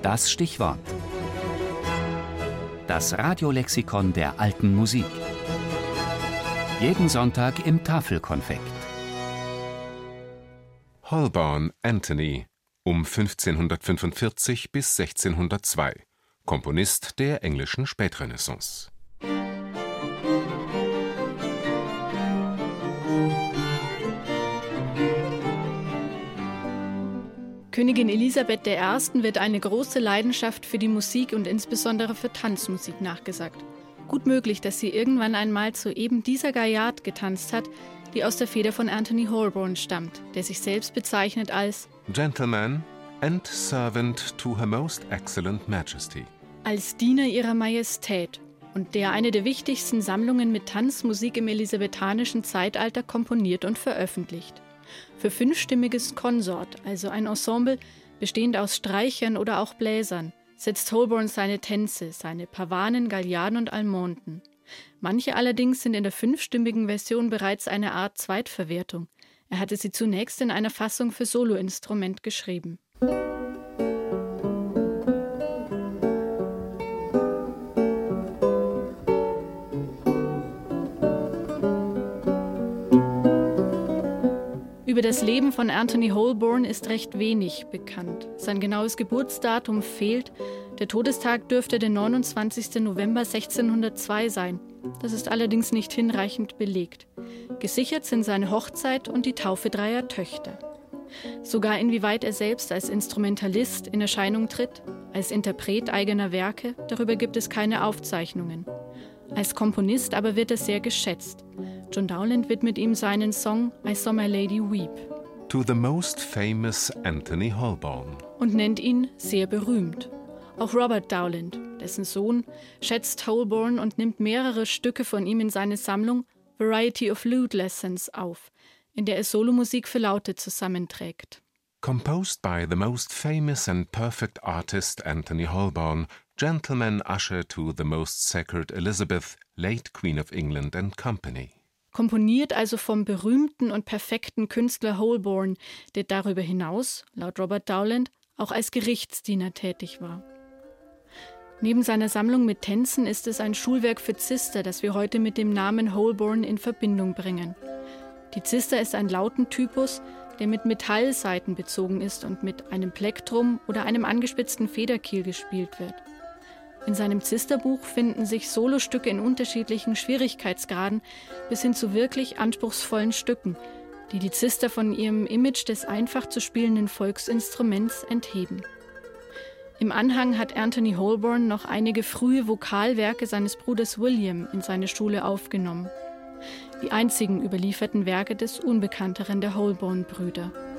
Das Stichwort. Das Radiolexikon der alten Musik. Jeden Sonntag im Tafelkonfekt. Holborn Anthony, um 1545 bis 1602, Komponist der englischen Spätrenaissance. Königin Elisabeth I. wird eine große Leidenschaft für die Musik und insbesondere für Tanzmusik nachgesagt. Gut möglich, dass sie irgendwann einmal zu eben dieser Gaillard getanzt hat, die aus der Feder von Anthony Holborn stammt, der sich selbst bezeichnet als Gentleman and Servant to Her Most Excellent Majesty. Als Diener ihrer Majestät und der eine der wichtigsten Sammlungen mit Tanzmusik im elisabethanischen Zeitalter komponiert und veröffentlicht. Für fünfstimmiges Konsort, also ein Ensemble bestehend aus Streichern oder auch Bläsern, setzt Holborn seine Tänze, seine Pavanen, Gaillarden und Almonden. Manche allerdings sind in der fünfstimmigen Version bereits eine Art Zweitverwertung. Er hatte sie zunächst in einer Fassung für Soloinstrument geschrieben. Über das Leben von Anthony Holborn ist recht wenig bekannt. Sein genaues Geburtsdatum fehlt. Der Todestag dürfte der 29. November 1602 sein. Das ist allerdings nicht hinreichend belegt. Gesichert sind seine Hochzeit und die Taufe 3 Töchter. Sogar inwieweit er selbst als Instrumentalist in Erscheinung tritt, als Interpret eigener Werke, darüber gibt es keine Aufzeichnungen. Als Komponist aber wird er sehr geschätzt. John Dowland widmet ihm seinen Song I Saw My Lady Weep. To the most famous Anthony Holborn. Und nennt ihn sehr berühmt. Auch Robert Dowland, dessen Sohn, schätzt Holborn und nimmt mehrere Stücke von ihm in seine Sammlung Variety of Lute Lessons auf, in der er Solomusik für Laute zusammenträgt. Composed by the most famous and perfect artist Anthony Holborn, gentleman usher to the most sacred Elizabeth, late Queen of England and Company. Komponiert also vom berühmten und perfekten Künstler Holborn, der darüber hinaus, laut Robert Dowland, auch als Gerichtsdiener tätig war. Neben seiner Sammlung mit Tänzen ist es ein Schulwerk für Zister, das wir heute mit dem Namen Holborn in Verbindung bringen. Die Zister ist ein Lautentypus, der mit Metallsaiten bezogen ist und mit einem Plektrum oder einem angespitzten Federkiel gespielt wird. In seinem Zisterbuch finden sich Solostücke in unterschiedlichen Schwierigkeitsgraden bis hin zu wirklich anspruchsvollen Stücken, die die Zister von ihrem Image des einfach zu spielenden Volksinstruments entheben. Im Anhang hat Anthony Holborn noch einige frühe Vokalwerke seines Bruders William in seine Schule aufgenommen. Die einzigen überlieferten Werke des unbekannteren der Holborn-Brüder.